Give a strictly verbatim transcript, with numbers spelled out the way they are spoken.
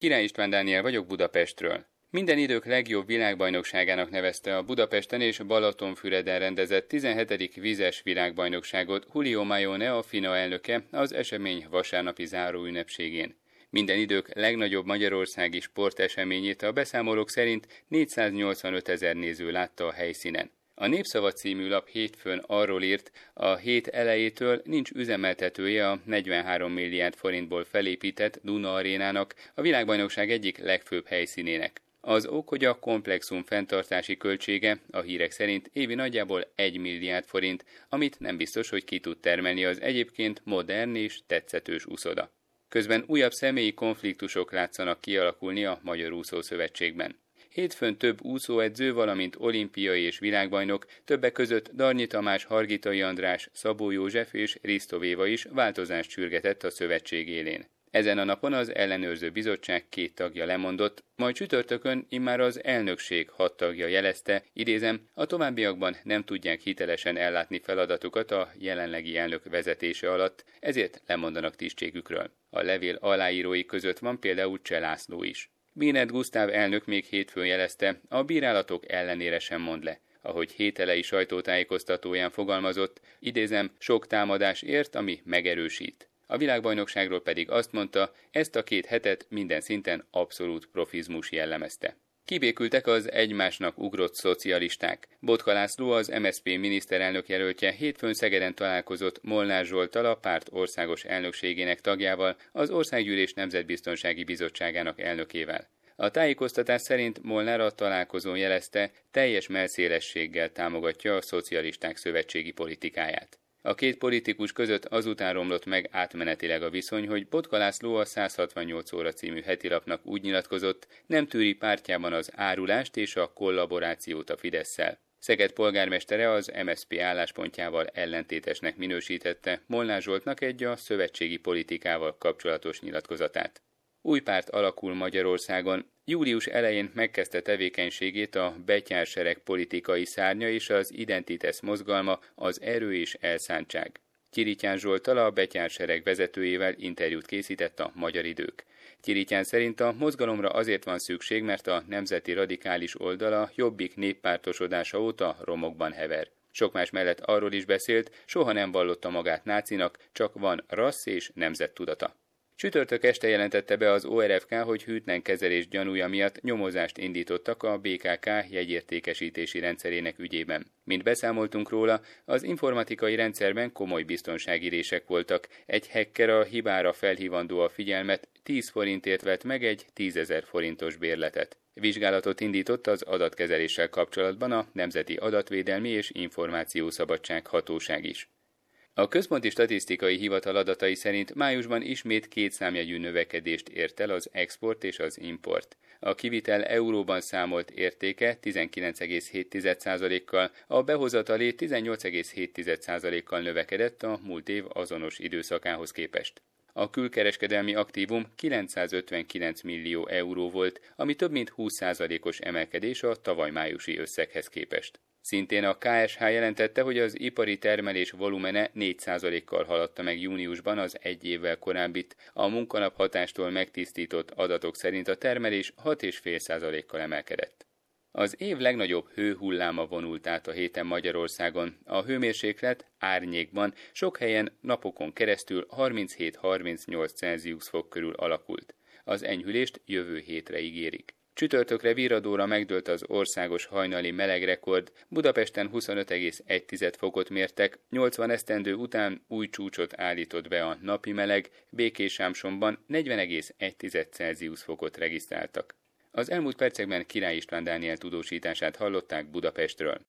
Király István Dániel vagyok Budapestről. Minden idők legjobb világbajnokságának nevezte a Budapesten és Balatonfüreden rendezett tizenhetedik vízes világbajnokságot Julio Maione, a FINA elnöke az esemény vasárnapi záróünnepségén. Minden idők legnagyobb magyarországi sporteseményét a beszámolók szerint négyszáznyolcvanöt ezer néző látta a helyszínen. A Népszava című lap hétfőn arról írt, a hét elejétől nincs üzemeltetője a negyvenhárom milliárd forintból felépített Duna arénának, a világbajnokság egyik legfőbb helyszínének. Az ok, hogy a komplexum fenntartási költsége a hírek szerint évi nagyjából egy milliárd forint, amit nem biztos, hogy ki tud termelni az egyébként modern és tetszetős úszoda. Közben újabb személyi konfliktusok látszanak kialakulni a Magyar Úszószövetségben. Hétfőn több úszóedző, valamint olimpiai és világbajnok, többek között Darnyi Tamás, Hargitai András, Szabó József és Risztov Éva is változást sürgetett a szövetség élén. Ezen a napon az ellenőrző bizottság két tagja lemondott, majd csütörtökön immár az elnökség hat tagja jelezte, idézem, a továbbiakban nem tudják hitelesen ellátni feladatukat a jelenlegi elnök vezetése alatt, ezért lemondanak tisztségükről. A levél aláírói között van például Cseh László is. Bínet Gusztáv elnök még hétfőn jelezte, a bírálatok ellenére sem mond le. Ahogy hételei sajtótájékoztatóján fogalmazott, idézem, sok támadás ért, ami megerősít. A világbajnokságról pedig azt mondta, ezt a két hetet minden szinten abszolút profizmus jellemezte. Kibékültek az egymásnak ugrott szocialisták. Botka László, az em es zé pé miniszterelnök jelöltje hétfőn Szegeden találkozott Molnár Zsolttal, a párt országos elnökségének tagjával, az Országgyűlés Nemzetbiztonsági Bizottságának elnökével. A tájékoztatás szerint Molnár a találkozón jelezte, teljes mellszélességgel támogatja a szocialisták szövetségi politikáját. A két politikus között azután romlott meg átmenetileg a viszony, hogy Botka László a száz hatvannyolc óra című hetilapnak úgy nyilatkozott, nem tűri pártjában az árulást és a kollaborációt a Fidesszel. Szeged polgármestere az em es zé pé álláspontjával ellentétesnek minősítette Molnár Zsoltnak egy a szövetségi politikával kapcsolatos nyilatkozatát. Új párt alakul Magyarországon. Július elején megkezdte tevékenységét a betyársereg politikai szárnya és az Identitas mozgalma, az Erő és Elszántság. Kyirityán Zsolttal, a betyársereg vezetőjével interjút készített a Magyar Idők. Kyirityán szerint a mozgalomra azért van szükség, mert a nemzeti radikális oldala Jobbik néppártosodása óta romokban hever. Sok más mellett arról is beszélt, soha nem vallotta magát nácinak, csak van rassz és nemzettudata. Csütörtök este jelentette be az o er ef ká, hogy hűtlen kezelés gyanúja miatt nyomozást indítottak a bé ká ká jegyértékesítési rendszerének ügyében. Mint beszámoltunk róla, az informatikai rendszerben komoly biztonsági rések voltak. Egy hacker a hibára felhívandó a figyelmet, tíz forintért vett meg egy tízezer forintos bérletet. Vizsgálatot indított az adatkezeléssel kapcsolatban a Nemzeti Adatvédelmi és Információszabadság Hatóság is. A Központi Statisztikai Hivatal adatai szerint májusban ismét kétszámjegyű növekedést ért el az export és az import. A kivitel euróban számolt értéke tizenkilenc egész hét százalékkal, a behozatalé tizennyolc egész hét százalékkal növekedett a múlt év azonos időszakához képest. A külkereskedelmi aktívum kilencszázötvenkilenc millió euró volt, ami több mint húsz százalékos emelkedés a tavaly májusi összeghez képest. Szintén a ká es há jelentette, hogy az ipari termelés volumene négy százalékkal haladta meg júniusban az egy évvel korábbit, a munkanap hatástól megtisztított adatok szerint a termelés hat egész öt százalékkal emelkedett. Az év legnagyobb hőhulláma vonult át a héten Magyarországon. A hőmérséklet árnyékban sok helyen napokon keresztül harminchét-harmincnyolc Celsius fok körül alakult. Az enyhülést jövő hétre ígérik. Csütörtökre virradóra megdőlt az országos hajnali melegrekord, Budapesten huszonöt egész egy fokot mértek, nyolcvan esztendő után új csúcsot állított be a napi meleg, Békés-Sámsonban negyven egész egy Celsius fokot regisztráltak. Az elmúlt percekben Király István Dániel tudósítását hallották Budapestről.